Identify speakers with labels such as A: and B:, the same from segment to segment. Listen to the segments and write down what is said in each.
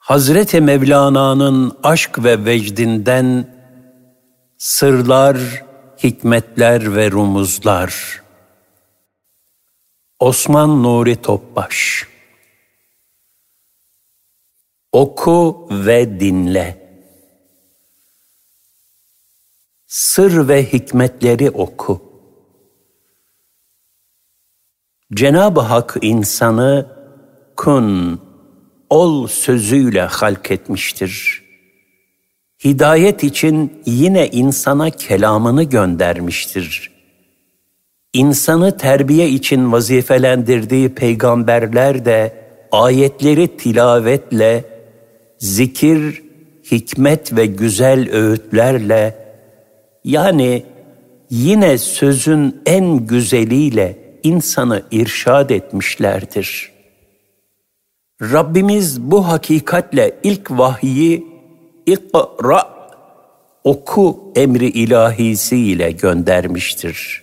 A: Hazreti Mevlana'nın aşk ve vecdinden sırlar, hikmetler ve rumuzlar. Osman Nuri Topbaş. Oku ve dinle. Sır ve hikmetleri oku. Cenab-ı Hak insanı kun, ol sözüyle halk etmiştir. Hidayet için yine insana kelamını göndermiştir. İnsanı terbiye için vazifelendirdiği peygamberler de ayetleri tilavetle, zikir, hikmet ve güzel öğütlerle, yani yine sözün en güzeliyle insanı irşad etmişlerdir. Rabbimiz bu hakikatle ilk vahyi İkra, oku emri ilahisiyle göndermiştir.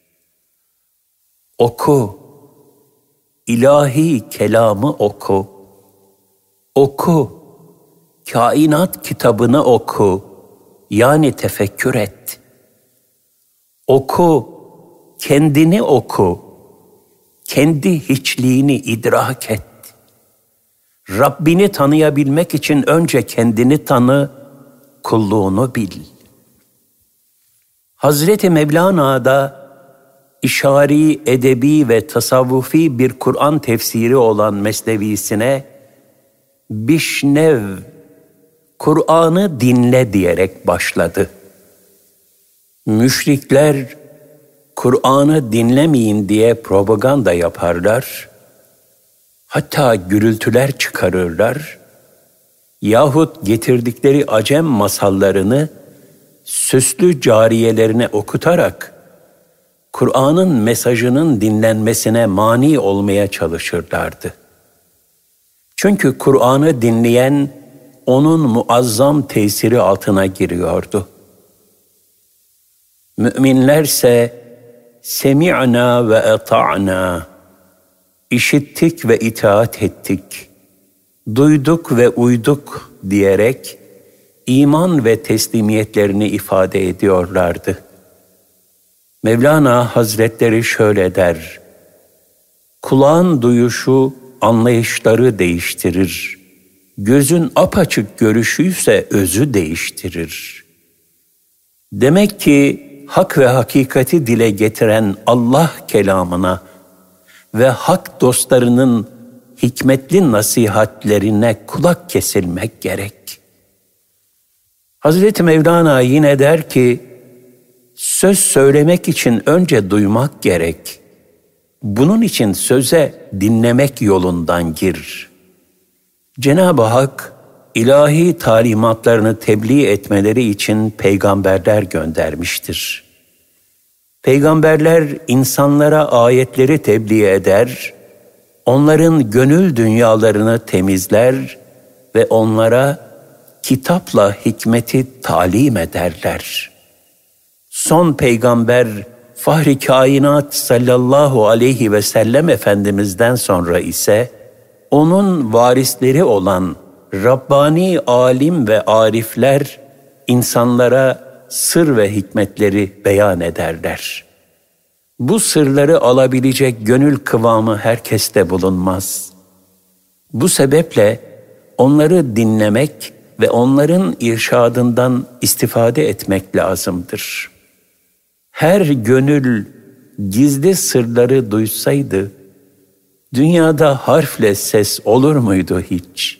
A: Oku, ilahi kelamı oku. Oku, kainat kitabını oku, yani tefekkür et. Oku, kendini oku, kendi hiçliğini idrak et. Rabbini tanıyabilmek için önce kendini tanı, kulluğunu bil. Hazreti Mevlana'da işari, edebi ve tasavvufi bir Kur'an tefsiri olan Mesnevisine Bişnev, Kur'an'ı dinle diyerek başladı. Müşrikler Kur'an'ı dinlemeyin diye propaganda yaparlar, hatta gürültüler çıkarırlar yahut getirdikleri Acem masallarını süslü cariyelerine okutarak Kur'an'ın mesajının dinlenmesine mani olmaya çalışırlardı. Çünkü Kur'an'ı dinleyen onun muazzam tesiri altına giriyordu. Müminlerse semi'na ve eta'na, işittik ve itaat ettik, duyduk ve uyduk diyerek iman ve teslimiyetlerini ifade ediyorlardı. Mevlana Hazretleri şöyle der: kulağın duyuşu anlayışları değiştirir, gözün apaçık görüşüyse özü değiştirir. Demek ki hak ve hakikati dile getiren Allah kelamına ve hak dostlarının hikmetli nasihatlerine kulak kesilmek gerek. Hazreti Mevlana yine der ki, söz söylemek için önce duymak gerek. Bunun için söze dinlemek yolundan gir. Cenab-ı Hak, ilahi talimatlarını tebliğ etmeleri için peygamberler göndermiştir. Peygamberler insanlara ayetleri tebliğ eder, onların gönül dünyalarını temizler ve onlara kitapla hikmeti talim ederler. Son peygamber Fahri Kainat sallallahu aleyhi ve sellem Efendimiz'den sonra ise onun varisleri olan Rabbani alim ve arifler insanlara sır ve hikmetleri beyan ederler. Bu sırları alabilecek gönül kıvamı herkeste bulunmaz. Bu sebeple onları dinlemek ve onların irşadından istifade etmek lazımdır. Her gönül gizli sırları duysaydı, dünyada harfle ses olur muydu hiç?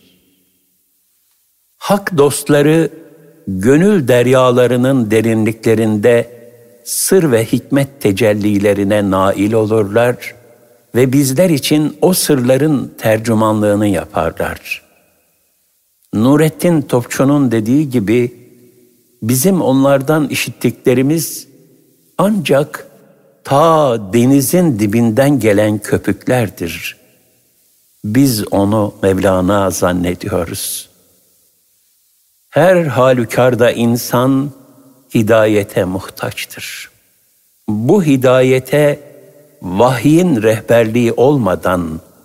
A: Hak dostları, gönül deryalarının derinliklerinde sır ve hikmet tecellilerine nail olurlar ve bizler için o sırların tercümanlığını yaparlar. Nurettin Topçu'nun dediği gibi, bizim onlardan işittiklerimiz ancak ta denizin dibinden gelen köpüklerdir. Biz onu Mevlana zannediyoruz. Her halükarda insan hidayete muhtaçtır. Bu hidayete vahyin rehberliği olmadan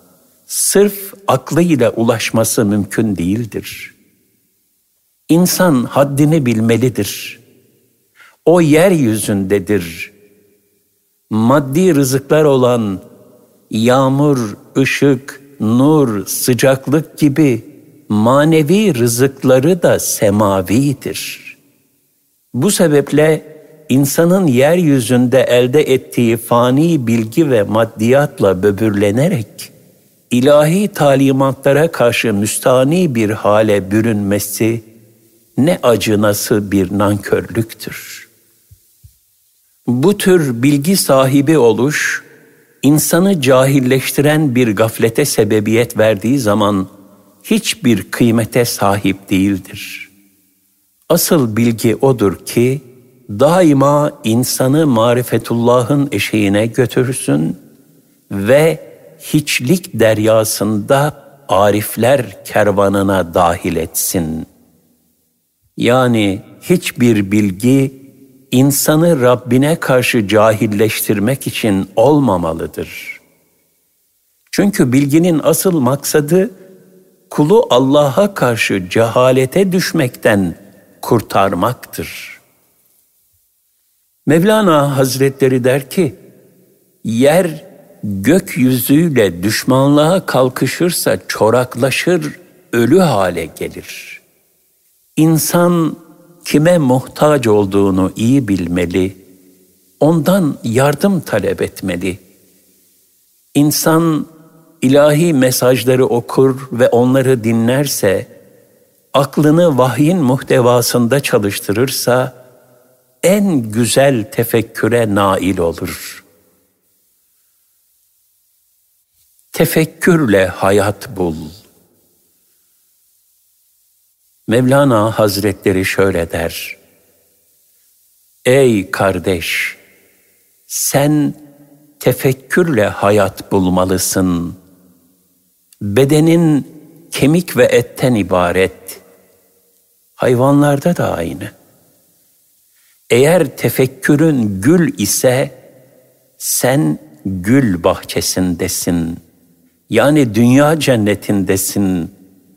A: sırf aklıyla ulaşması mümkün değildir. İnsan haddini bilmelidir. O yeryüzündedir. Maddi rızıklar olan yağmur, ışık, nur, sıcaklık gibi manevi rızıkları da semavidir. Bu sebeple insanın yeryüzünde elde ettiği fani bilgi ve maddiyatla böbürlenerek ilahi talimatlara karşı müstani bir hale bürünmesi ne acınası bir nankörlüktür. Bu tür bilgi sahibi oluş, insanı cahilleştiren bir gaflete sebebiyet verdiği zaman hiçbir kıymete sahip değildir. Asıl bilgi odur ki, daima insanı marifetullah'ın eşiğine götürsün ve hiçlik deryasında arifler kervanına dahil etsin. Yani hiçbir bilgi insanı Rabbine karşı cahilleştirmek için olmamalıdır. Çünkü bilginin asıl maksadı kulu Allah'a karşı cehalete düşmekten kurtarmaktır. Mevlana Hazretleri der ki, yer gökyüzüyle düşmanlığa kalkışırsa çoraklaşır, ölü hale gelir. İnsan kime muhtaç olduğunu iyi bilmeli, ondan yardım talep etmeli. İnsan ilahi mesajları okur ve onları dinlerse, aklını vahyin muhtevasında çalıştırırsa, en güzel tefekküre nail olur. Tefekkürle hayat bul. Mevlana Hazretleri şöyle der: Ey kardeş, sen tefekkürle hayat bulmalısın. Bedenin kemik ve etten ibaret. Hayvanlarda da aynı. Eğer tefekkürün gül ise, sen gül bahçesindesin. Yani dünya cennetindesin.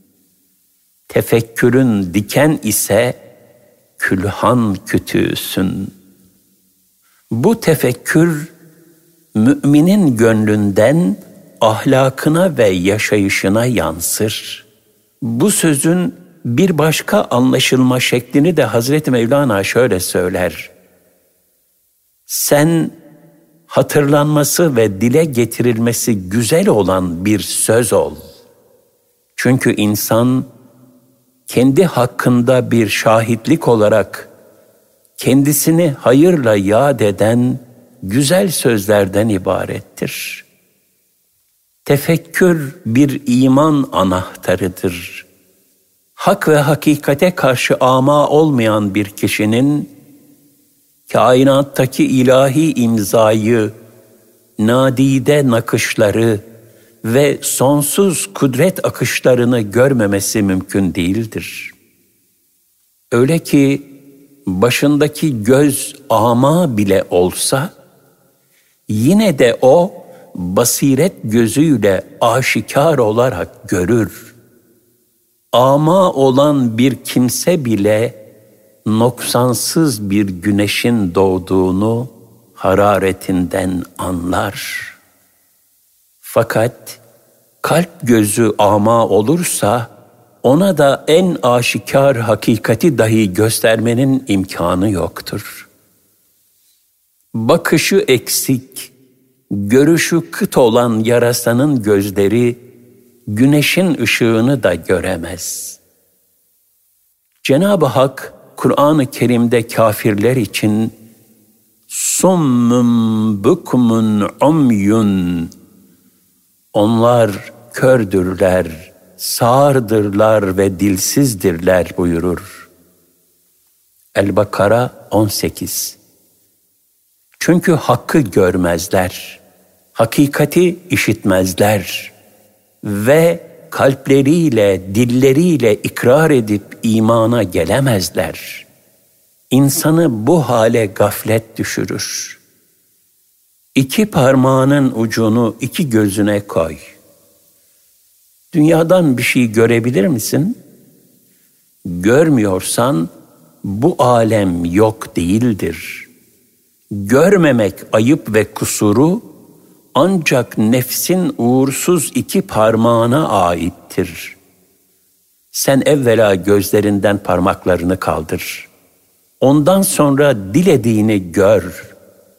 A: Tefekkürün diken ise, külhan kütüğüsün. Bu tefekkür, müminin gönlünden ahlakına ve yaşayışına yansır. Bu sözün bir başka anlaşılma şeklini de Hazreti Mevlana şöyle söyler: sen hatırlanması ve dile getirilmesi güzel olan bir söz ol. Çünkü insan kendi hakkında bir şahitlik olarak kendisini hayırla yad eden güzel sözlerden ibarettir. Tefekkür bir iman anahtarıdır. Hak ve hakikate karşı ama olmayan bir kişinin, kainattaki ilahi imzayı, nadide nakışları ve sonsuz kudret akışlarını görmemesi mümkün değildir. Öyle ki başındaki göz ama bile olsa, yine de o basiret gözüyle aşikar olarak görür. Ama olan bir kimse bile noksansız bir güneşin doğduğunu hararetinden anlar. Fakat kalp gözü ama olursa, ona da en aşikar hakikati dahi göstermenin imkanı yoktur. Bakışı eksik, görüşü kıt olan yarasanın gözleri, güneşin ışığını da göremez. Cenab-ı Hak, Kur'an-ı Kerim'de kafirler için summum bukmun umyun, onlar kördürler, sağırdırlar ve dilsizdirler buyurur. El-Bakara 18. Çünkü hakkı görmezler, hakikati işitmezler ve kalpleriyle, dilleriyle ikrar edip imana gelemezler. İnsanı bu hale gaflet düşürür. 2 parmağının ucunu 2 gözüne koy. Dünyadan bir şey görebilir misin? Görmüyorsan bu alem yok değildir. Görmemek ayıp ve kusuru ancak nefsin uğursuz iki parmağına aittir. Sen evvela gözlerinden parmaklarını kaldır. Ondan sonra dilediğini gör.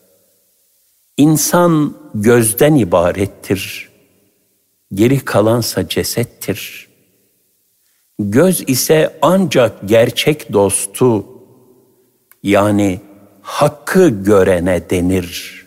A: İnsan gözden ibarettir. Geri kalansa cesettir. Göz ise ancak gerçek dostu, yani hakkı görene denir.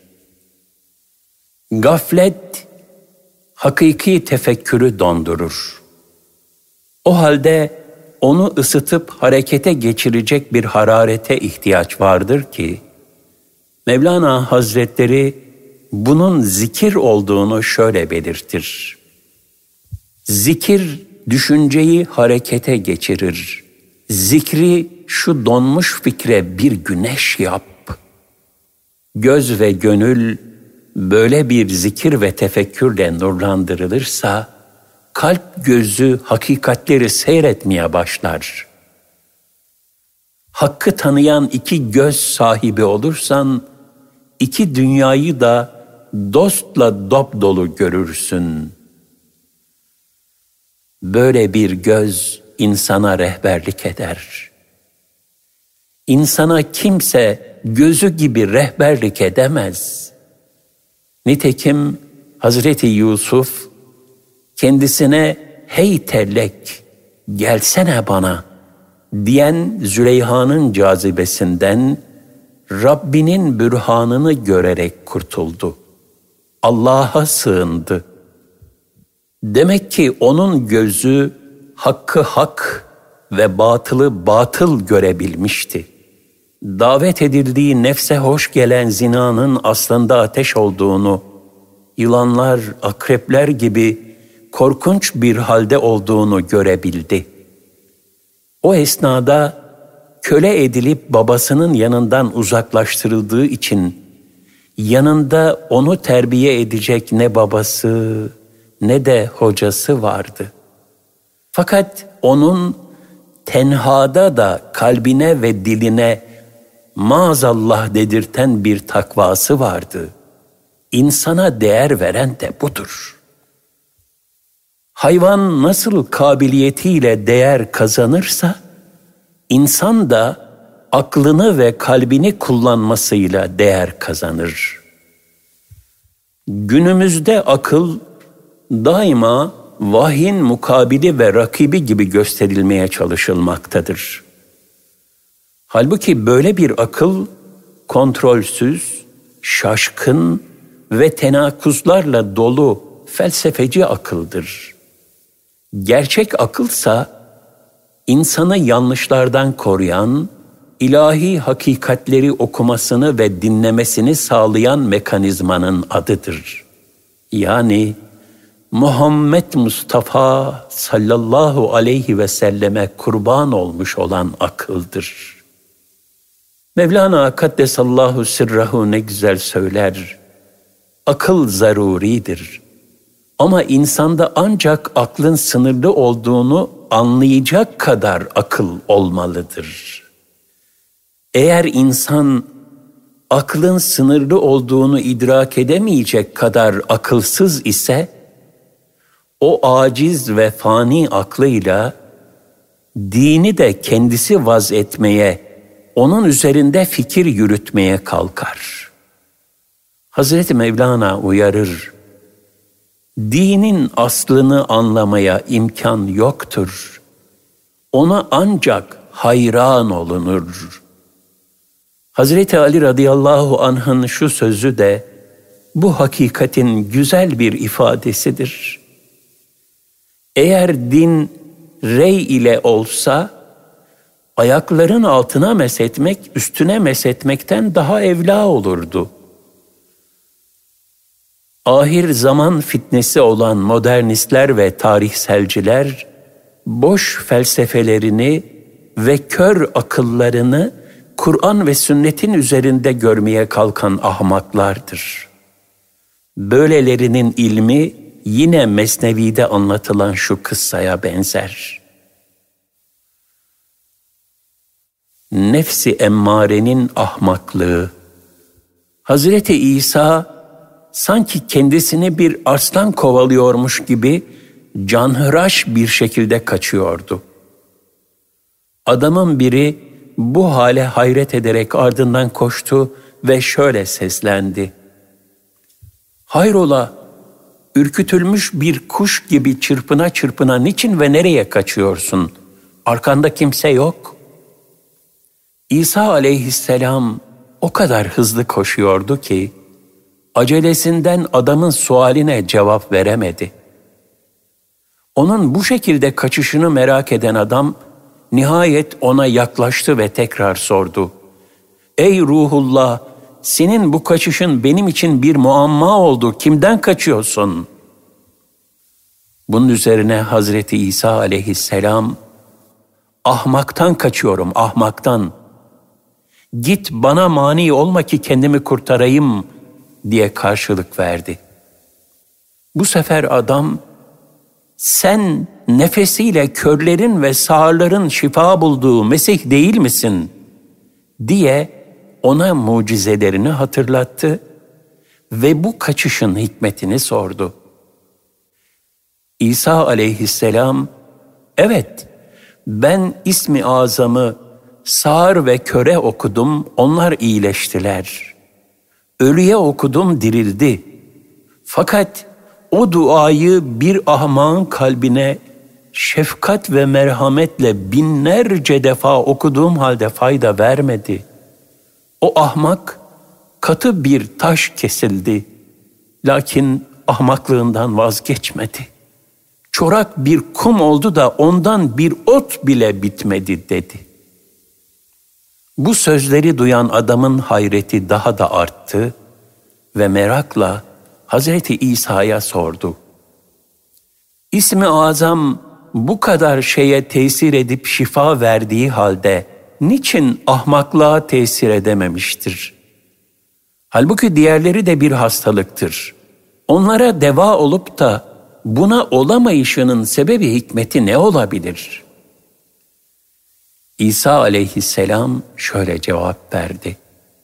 A: Gaflet, hakiki tefekkürü dondurur. O halde onu ısıtıp harekete geçirecek bir hararete ihtiyaç vardır ki, Mevlana Hazretleri bunun zikir olduğunu şöyle belirtir. Zikir, düşünceyi harekete geçirir. Zikri şu donmuş fikre bir güneş yap. Göz ve gönül böyle bir zikir ve tefekkürle nurlandırılırsa, kalp gözü hakikatleri seyretmeye başlar. Hakkı tanıyan iki göz sahibi olursan, iki dünyayı da dostla dopdolu görürsün. Böyle bir göz insana rehberlik eder. İnsana kimse gözü gibi rehberlik edemez. Nitekim Hazreti Yusuf kendisine "Hey tellek, gelsene bana" diyen Züleyha'nın cazibesinden Rabbinin bürhanını görerek kurtuldu. Allah'a sığındı. Demek ki onun gözü hakkı hak ve batılı batıl görebilmişti. Davet edildiği nefse hoş gelen zinanın aslında ateş olduğunu, yılanlar, akrepler gibi korkunç bir halde olduğunu görebildi. O esnada köle edilip babasının yanından uzaklaştırıldığı için yanında onu terbiye edecek ne babası ne de hocası vardı. Fakat onun tenhada da kalbine ve diline maazallah dedirten bir takvası vardı. İnsana değer veren de budur. Hayvan nasıl kabiliyetiyle değer kazanırsa, insan da aklını ve kalbini kullanmasıyla değer kazanır. Günümüzde akıl daima vahyin mukabili ve rakibi gibi gösterilmeye çalışılmaktadır. Halbuki böyle bir akıl kontrolsüz, şaşkın ve tenakuzlarla dolu felsefeci akıldır. Gerçek akılsa insanı yanlışlardan koruyan, ilahi hakikatleri okumasını ve dinlemesini sağlayan mekanizmanın adıdır. Yani Muhammed Mustafa sallallahu aleyhi ve selleme kurban olmuş olan akıldır. Mevlana Kaddesallahu sirrahu ne güzel söyler. Akıl zaruridir. Ama insanda ancak aklın sınırlı olduğunu anlayacak kadar akıl olmalıdır. Eğer insan aklın sınırlı olduğunu idrak edemeyecek kadar akılsız ise, o aciz ve fani aklıyla dini de kendisi vaz etmeye, onun üzerinde fikir yürütmeye kalkar. Hazreti Mevlana uyarır, dinin aslını anlamaya imkan yoktur. Ona ancak hayran olunur. Hazreti Ali radıyallahu anh'ın şu sözü de bu hakikatin güzel bir ifadesidir. Eğer din rey ile olsa, ayakların altına mesetmek, üstüne mesetmekten daha evla olurdu. Ahir zaman fitnesi olan modernistler ve tarihselciler, boş felsefelerini ve kör akıllarını Kur'an ve sünnetin üzerinde görmeye kalkan ahmaklardır. Böylelerinin ilmi yine Mesnevi'de anlatılan şu kıssaya benzer. Nefsi emmarenin ahmaklığı. Hazreti İsa sanki kendisini bir arslan kovalıyormuş gibi canhıraş bir şekilde kaçıyordu. Adamın biri bu hale hayret ederek ardından koştu ve şöyle seslendi. Hayrola, ürkütülmüş bir kuş gibi çırpına çırpına niçin ve nereye kaçıyorsun? Arkanda kimse yok. İsa aleyhisselam o kadar hızlı koşuyordu ki, acelesinden adamın sualine cevap veremedi. Onun bu şekilde kaçışını merak eden adam, nihayet ona yaklaştı ve tekrar sordu. Ey Ruhullah, senin bu kaçışın benim için bir muamma oldu. Kimden kaçıyorsun? Bunun üzerine Hazreti İsa aleyhisselam, ahmaktan kaçıyorum, ahmaktan. Git bana mani olma ki kendimi kurtarayım diye karşılık verdi. Bu sefer adam, sen nefesiyle körlerin ve sağırların şifa bulduğu Mesih değil misin? Diye ona mucizelerini hatırlattı ve bu kaçışın hikmetini sordu. İsa aleyhisselam, evet ben İsmi Azam'ı sağır ve köre okudum, onlar iyileştiler. Ölüye okudum, dirildi. Fakat o duayı bir ahmağın kalbine şefkat ve merhametle binlerce defa okuduğum halde fayda vermedi. O ahmak katı bir taş kesildi. Lakin ahmaklığından vazgeçmedi. Çorak bir kum oldu da ondan bir ot bile bitmedi dedi. Bu sözleri duyan adamın hayreti daha da arttı ve merakla Hazreti İsa'ya sordu. İsmi Azam bu kadar şeye tesir edip şifa verdiği halde niçin ahmaklığa tesir edememiştir? Halbuki diğerleri de bir hastalıktır. Onlara deva olup da buna olamayışının sebebi hikmeti ne olabilir? İsa aleyhisselam şöyle cevap verdi.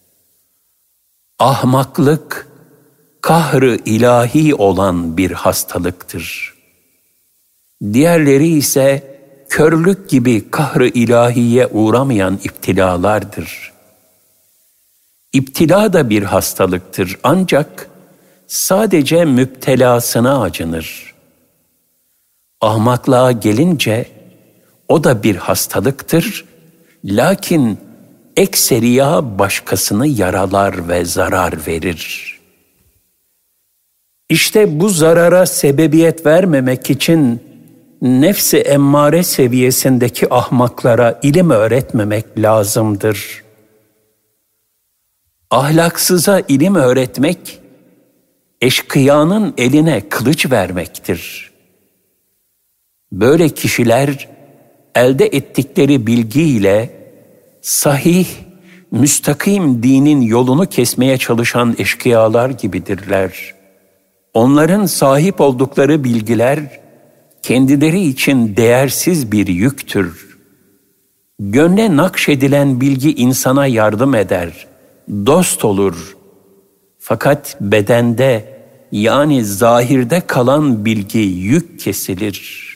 A: Ahmaklık, kahr-ı ilahi olan bir hastalıktır. Diğerleri ise körlük gibi kahr-ı ilahiye uğramayan iptilalardır. İptila da bir hastalıktır ancak sadece müptelasına acınır. Ahmaklığa gelince o da bir hastalıktır, lakin ekseriya başkasını yaralar ve zarar verir. İşte bu zarara sebebiyet vermemek için nefs-i emmare seviyesindeki ahmaklara ilim öğretmemek lazımdır. Ahlaksıza ilim öğretmek, eşkıyanın eline kılıç vermektir. Böyle kişiler elde ettikleri bilgiyle sahih, müstakim dinin yolunu kesmeye çalışan eşkıyalar gibidirler. Onların sahip oldukları bilgiler kendileri için değersiz bir yüktür. Gönle nakşedilen bilgi insana yardım eder, dost olur. Fakat bedende yani zahirde kalan bilgi yük kesilir.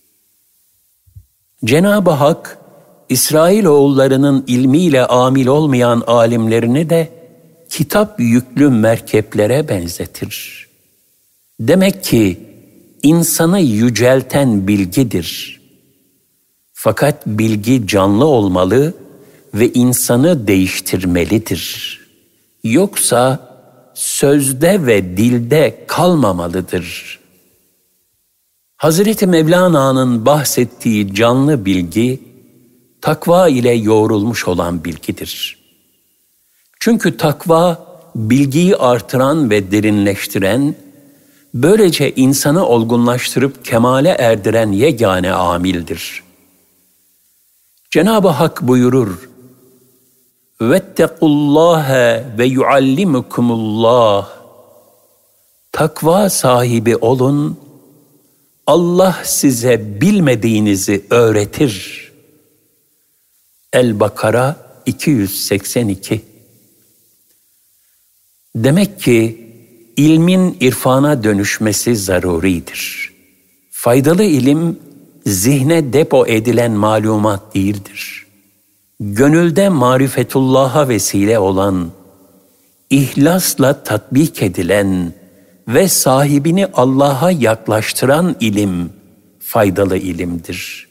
A: Cenab-ı Hak, İsrailoğullarının ilmiyle amil olmayan alimlerini de kitap yüklü merkeplere benzetir. Demek ki insanı yücelten bilgidir. Fakat bilgi canlı olmalı ve insanı değiştirmelidir. Yoksa sözde ve dilde kalmamalıdır. Hazreti Mevlana'nın bahsettiği canlı bilgi, takva ile yoğrulmuş olan bilgidir. Çünkü takva, bilgiyi artıran ve derinleştiren, böylece insanı olgunlaştırıp kemale erdiren yegane amildir. Cenab-ı Hak buyurur, وَاتَّقُوا اللّٰهَ وَيُعَلِّمُكُمُ اللّٰهِ takva sahibi olun, Allah size bilmediğinizi öğretir. El-Bakara 282. Demek ki ilmin irfana dönüşmesi zaruridir. Faydalı ilim, zihne depo edilen malumat değildir. Gönülde marifetullah'a vesile olan, ihlasla tatbik edilen ve sahibini Allah'a yaklaştıran ilim, faydalı ilimdir.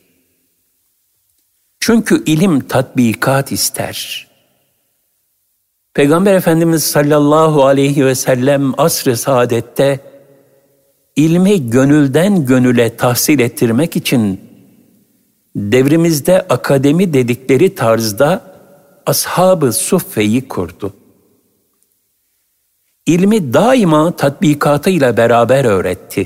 A: Çünkü ilim tatbikat ister. Peygamber Efendimiz sallallahu aleyhi ve sellem asr-ı saadette ilmi gönülden gönüle tahsil ettirmek için devrimizde akademi dedikleri tarzda ashab-ı suffeyi kurdu. İlmi daima tatbikatıyla beraber öğretti.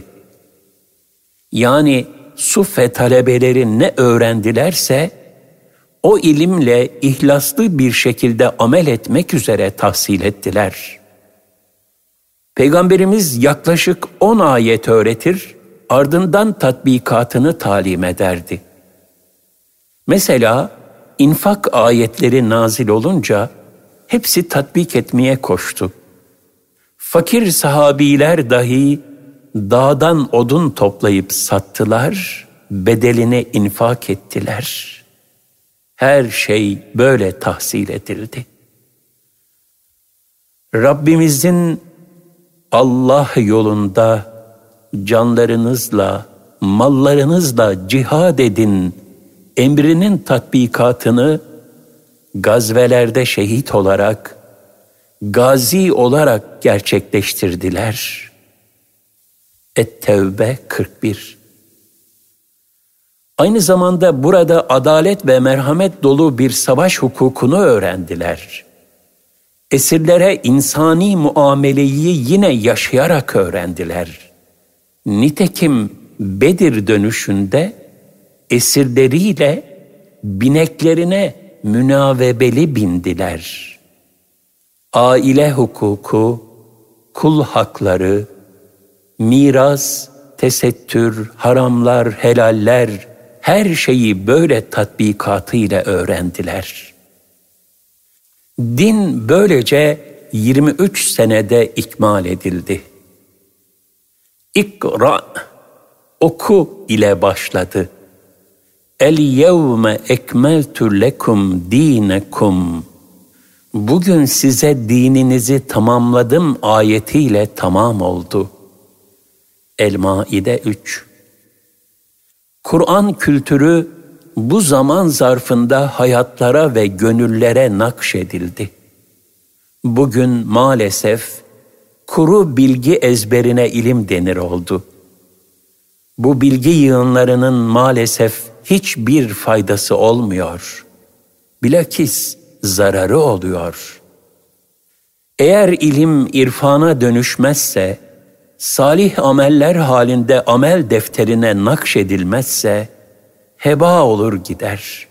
A: Yani suffe talebeleri ne öğrendilerse o ilimle ihlaslı bir şekilde amel etmek üzere tahsil ettiler. Peygamberimiz yaklaşık 10 ayet öğretir, ardından tatbikatını talim ederdi. Mesela infak ayetleri nazil olunca hepsi tatbik etmeye koştu. Fakir sahabiler dahi dağdan odun toplayıp sattılar, bedelini infak ettiler. Her şey böyle tahsil edildi. Rabbimizin Allah yolunda canlarınızla, mallarınızla cihad edin emrinin tatbikatını gazvelerde şehit olarak, gazi olarak gerçekleştirdiler. Et-Tevbe 41. Aynı zamanda burada adalet ve merhamet dolu bir savaş hukukunu öğrendiler. Esirlere insani muameleyi yine yaşayarak öğrendiler. Nitekim Bedir dönüşünde esirleriyle bineklerine münavebeli bindiler. Aile hukuku, kul hakları, miras, tesettür, haramlar, helaller, her şeyi böyle tatbikatıyla öğrendiler. Din böylece 23 senede ikmal edildi. İkra, oku ile başladı. El-yevme ekmeltu lekum dinekum. Bugün size dininizi tamamladım ayetiyle tamam oldu. El-Maide 3. Kur'an kültürü bu zaman zarfında hayatlara ve gönüllere nakşedildi. Bugün maalesef kuru bilgi ezberine ilim denir oldu. Bu bilgi yığınlarının maalesef hiçbir faydası olmuyor. Bilakis zararı oluyor. Eğer ilim irfana dönüşmezse, salih ameller halinde amel defterine nakşedilmezse, heba olur gider.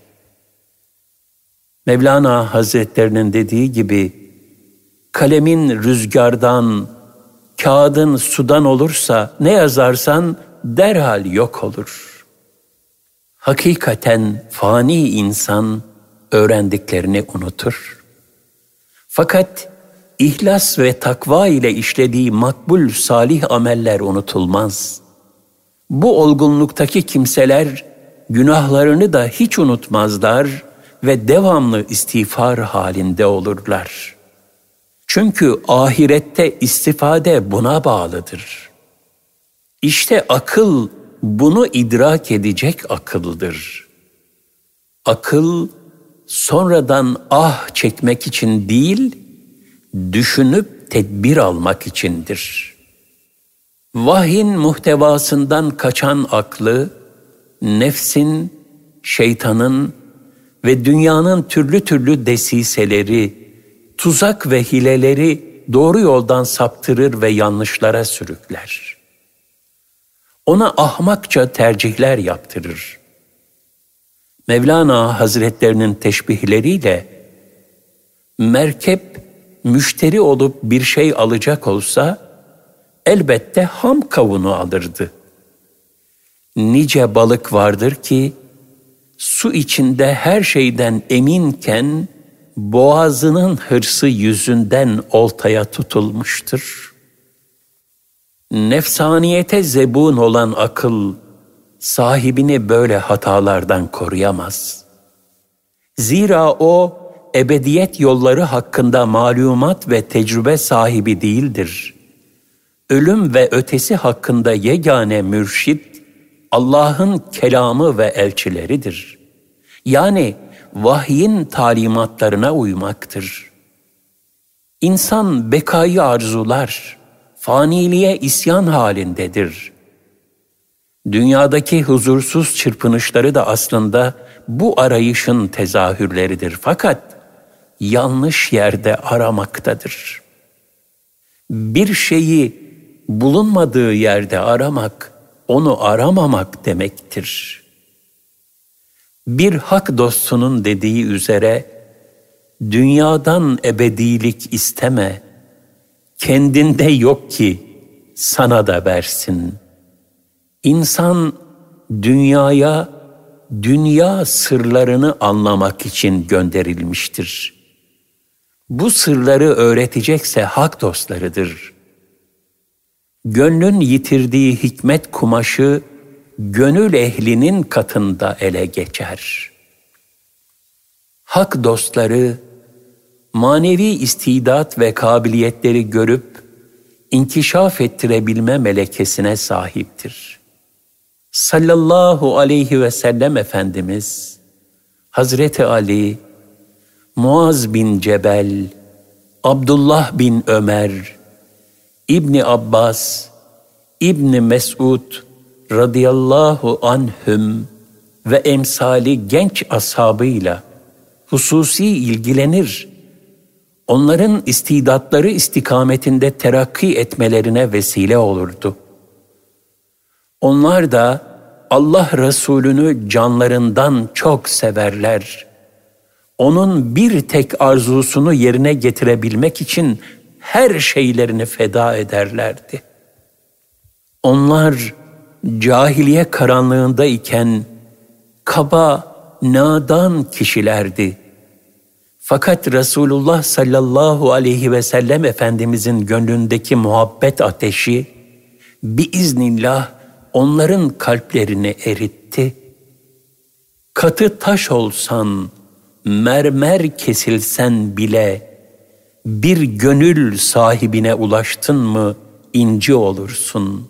A: Mevlana Hazretlerinin dediği gibi, kalemin rüzgardan, kağıdın sudan olursa ne yazarsan derhal yok olur. Hakikaten fani insan öğrendiklerini unutur. Fakat İhlas ve takva ile işlediği makbul salih ameller unutulmaz. Bu olgunluktaki kimseler günahlarını da hiç unutmazlar ve devamlı istiğfar halinde olurlar. Çünkü ahirette istifade buna bağlıdır. İşte akıl bunu idrak edecek akıldır. Akıl sonradan ah çekmek için değil, düşünüp tedbir almak içindir. Vahyin muhtevasından kaçan aklı, nefsin, şeytanın ve dünyanın türlü türlü desiseleri, tuzak ve hileleri doğru yoldan saptırır ve yanlışlara sürükler. Ona ahmakça tercihler yaptırır. Mevlana Hazretlerinin teşbihleriyle, merkep müşteri olup bir şey alacak olsa, elbette ham kavunu alırdı. Nice balık vardır ki su içinde her şeyden eminken boğazının hırsı yüzünden oltaya tutulmuştur. Nefsaniyete zebun olan akıl sahibini böyle hatalardan koruyamaz. Zira o ebediyet yolları hakkında malumat ve tecrübe sahibi değildir. Ölüm ve ötesi hakkında yegane mürşit Allah'ın kelamı ve elçileridir. Yani vahyin talimatlarına uymaktır. İnsan bekayı arzular, faniliğe isyan halindedir. Dünyadaki huzursuz çırpınışları da aslında bu arayışın tezahürleridir. Fakat yanlış yerde aramaktadır. Bir şeyi bulunmadığı yerde aramak, onu aramamak demektir. Bir hak dostunun dediği üzere, dünyadan ebedilik isteme, kendinde yok ki sana da versin. İnsan dünyaya, dünya sırlarını anlamak için gönderilmiştir. Bu sırları öğretecekse hak dostlarıdır. Gönlün yitirdiği hikmet kumaşı, gönül ehlinin katında ele geçer. Hak dostları, manevi istidat ve kabiliyetleri görüp, inkişaf ettirebilme melekesine sahiptir. Sallallahu aleyhi ve sellem Efendimiz, Hazreti Ali, Muaz bin Cebel, Abdullah bin Ömer, İbni Abbas, İbni Mesud radıyallahu anhüm ve emsali genç ashabıyla hususi ilgilenir, onların istidatları istikametinde terakki etmelerine vesile olurdu. Onlar da Allah Resulü'nü canlarından çok severler. Onun bir tek arzusunu yerine getirebilmek için her şeylerini feda ederlerdi. Onlar cahiliye karanlığında iken kaba, nadan kişilerdi. Fakat Resulullah sallallahu aleyhi ve sellem Efendimizin gönlündeki muhabbet ateşi biiznillah onların kalplerini eritti. Katı taş olsan, mermer kesilsen bile bir gönül sahibine ulaştın mı inci olursun.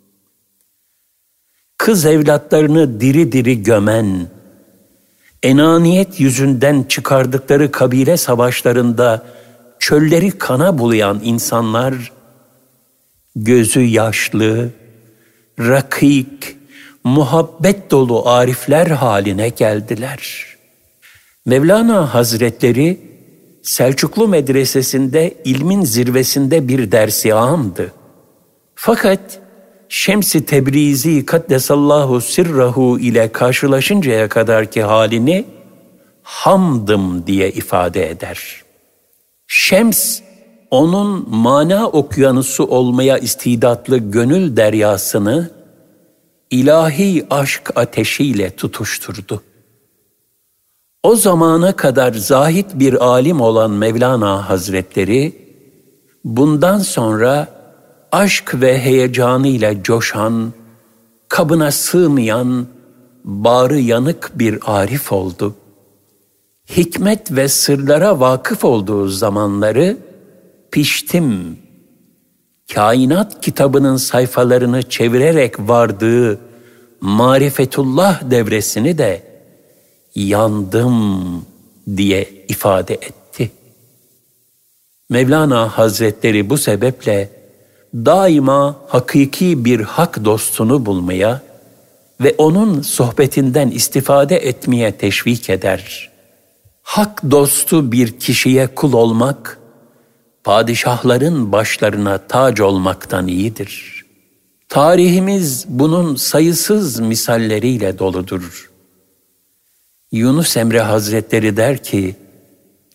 A: Kız evlatlarını diri diri gömen, enaniyet yüzünden çıkardıkları kabile savaşlarında çölleri kana bulayan insanlar, gözü yaşlı, rakik, muhabbet dolu arifler haline geldiler. Mevlana Hazretleri, Selçuklu medresesinde ilmin zirvesinde bir dersi-âmdı. Fakat Şems-i Tebrizi Kaddesallahu sirrahu ile karşılaşıncaya kadarki halini hamdım diye ifade eder. Şems, onun mana okyanusu olmaya istidatlı gönül deryasını ilahi aşk ateşiyle tutuşturdu. O zamana kadar zahid bir alim olan Mevlana Hazretleri, bundan sonra aşk ve heyecanıyla coşan, kabına sığmayan, bağrı yanık bir arif oldu. Hikmet ve sırlara vakıf olduğu zamanları piştim. Kainat kitabının sayfalarını çevirerek vardığı marifetullah devresini de yandım diye ifade etti. Mevlana Hazretleri bu sebeple daima hakiki bir hak dostunu bulmaya ve onun sohbetinden istifade etmeye teşvik eder. Hak dostu bir kişiye kul olmak, padişahların başlarına tac olmaktan iyidir. Tarihimiz bunun sayısız misalleriyle doludur. Yunus Emre Hazretleri der ki,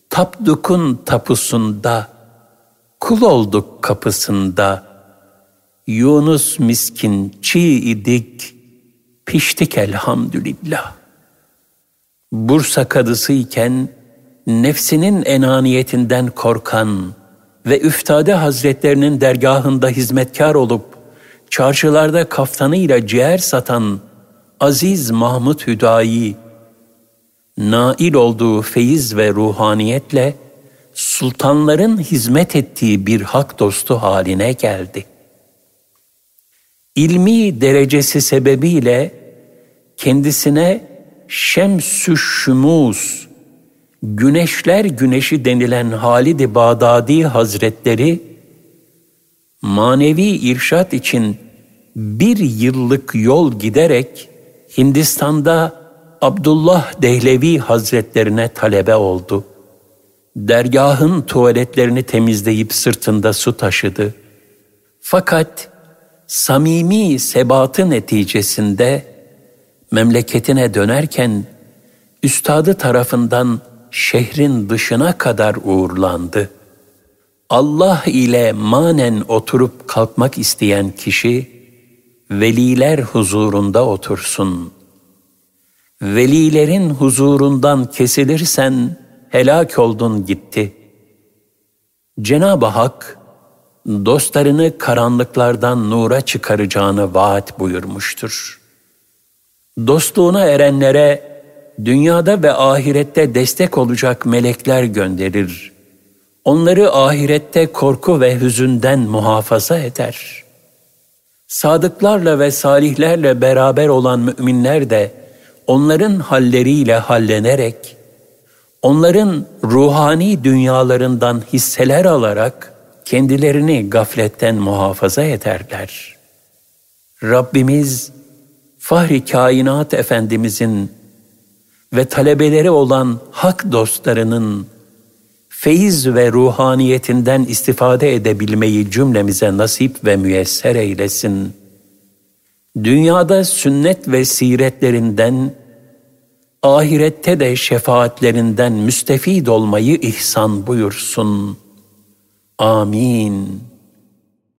A: Tapduk'un tapusunda, kul olduk kapısında, Yunus miskin çiğ idik, piştik elhamdülillah. Bursa kadısı iken nefsinin enaniyetinden korkan ve Üftade Hazretlerinin dergahında hizmetkar olup çarşılarda kaftanıyla ciğer satan Aziz Mahmud Hüdayi, nail olduğu feyiz ve ruhaniyetle sultanların hizmet ettiği bir hak dostu haline geldi. İlmi derecesi sebebiyle kendisine Şems-ü Şumus, güneşler güneşi denilen Halid-i Bağdadi Hazretleri, manevi irşat için 1 yıllık yol giderek Hindistan'da Abdullah Dehlevi Hazretlerine talebe oldu. Dergahın tuvaletlerini temizleyip sırtında su taşıdı. Fakat samimi sebatı neticesinde memleketine dönerken üstadı tarafından şehrin dışına kadar uğurlandı. Allah ile manen oturup kalkmak isteyen kişi veliler huzurunda otursun. Velilerin huzurundan kesilirsen helak oldun gitti. Cenab-ı Hak dostlarını karanlıklardan nura çıkaracağını vaat buyurmuştur. Dostluğuna erenlere dünyada ve ahirette destek olacak melekler gönderir. Onları ahirette korku ve hüzünden muhafaza eder. Sadıklarla ve salihlerle beraber olan müminler de onların halleriyle hallenerek, onların ruhani dünyalarından hisseler alarak kendilerini gafletten muhafaza ederler. Rabbimiz, Fahri Kainat Efendimizin ve talebeleri olan hak dostlarının feyiz ve ruhaniyetinden istifade edebilmeyi cümlemize nasip ve müyesser eylesin. Dünyada sünnet ve siretlerinden, ahirette de şefaatlerinden müstefid olmayı ihsan buyursun. Amin.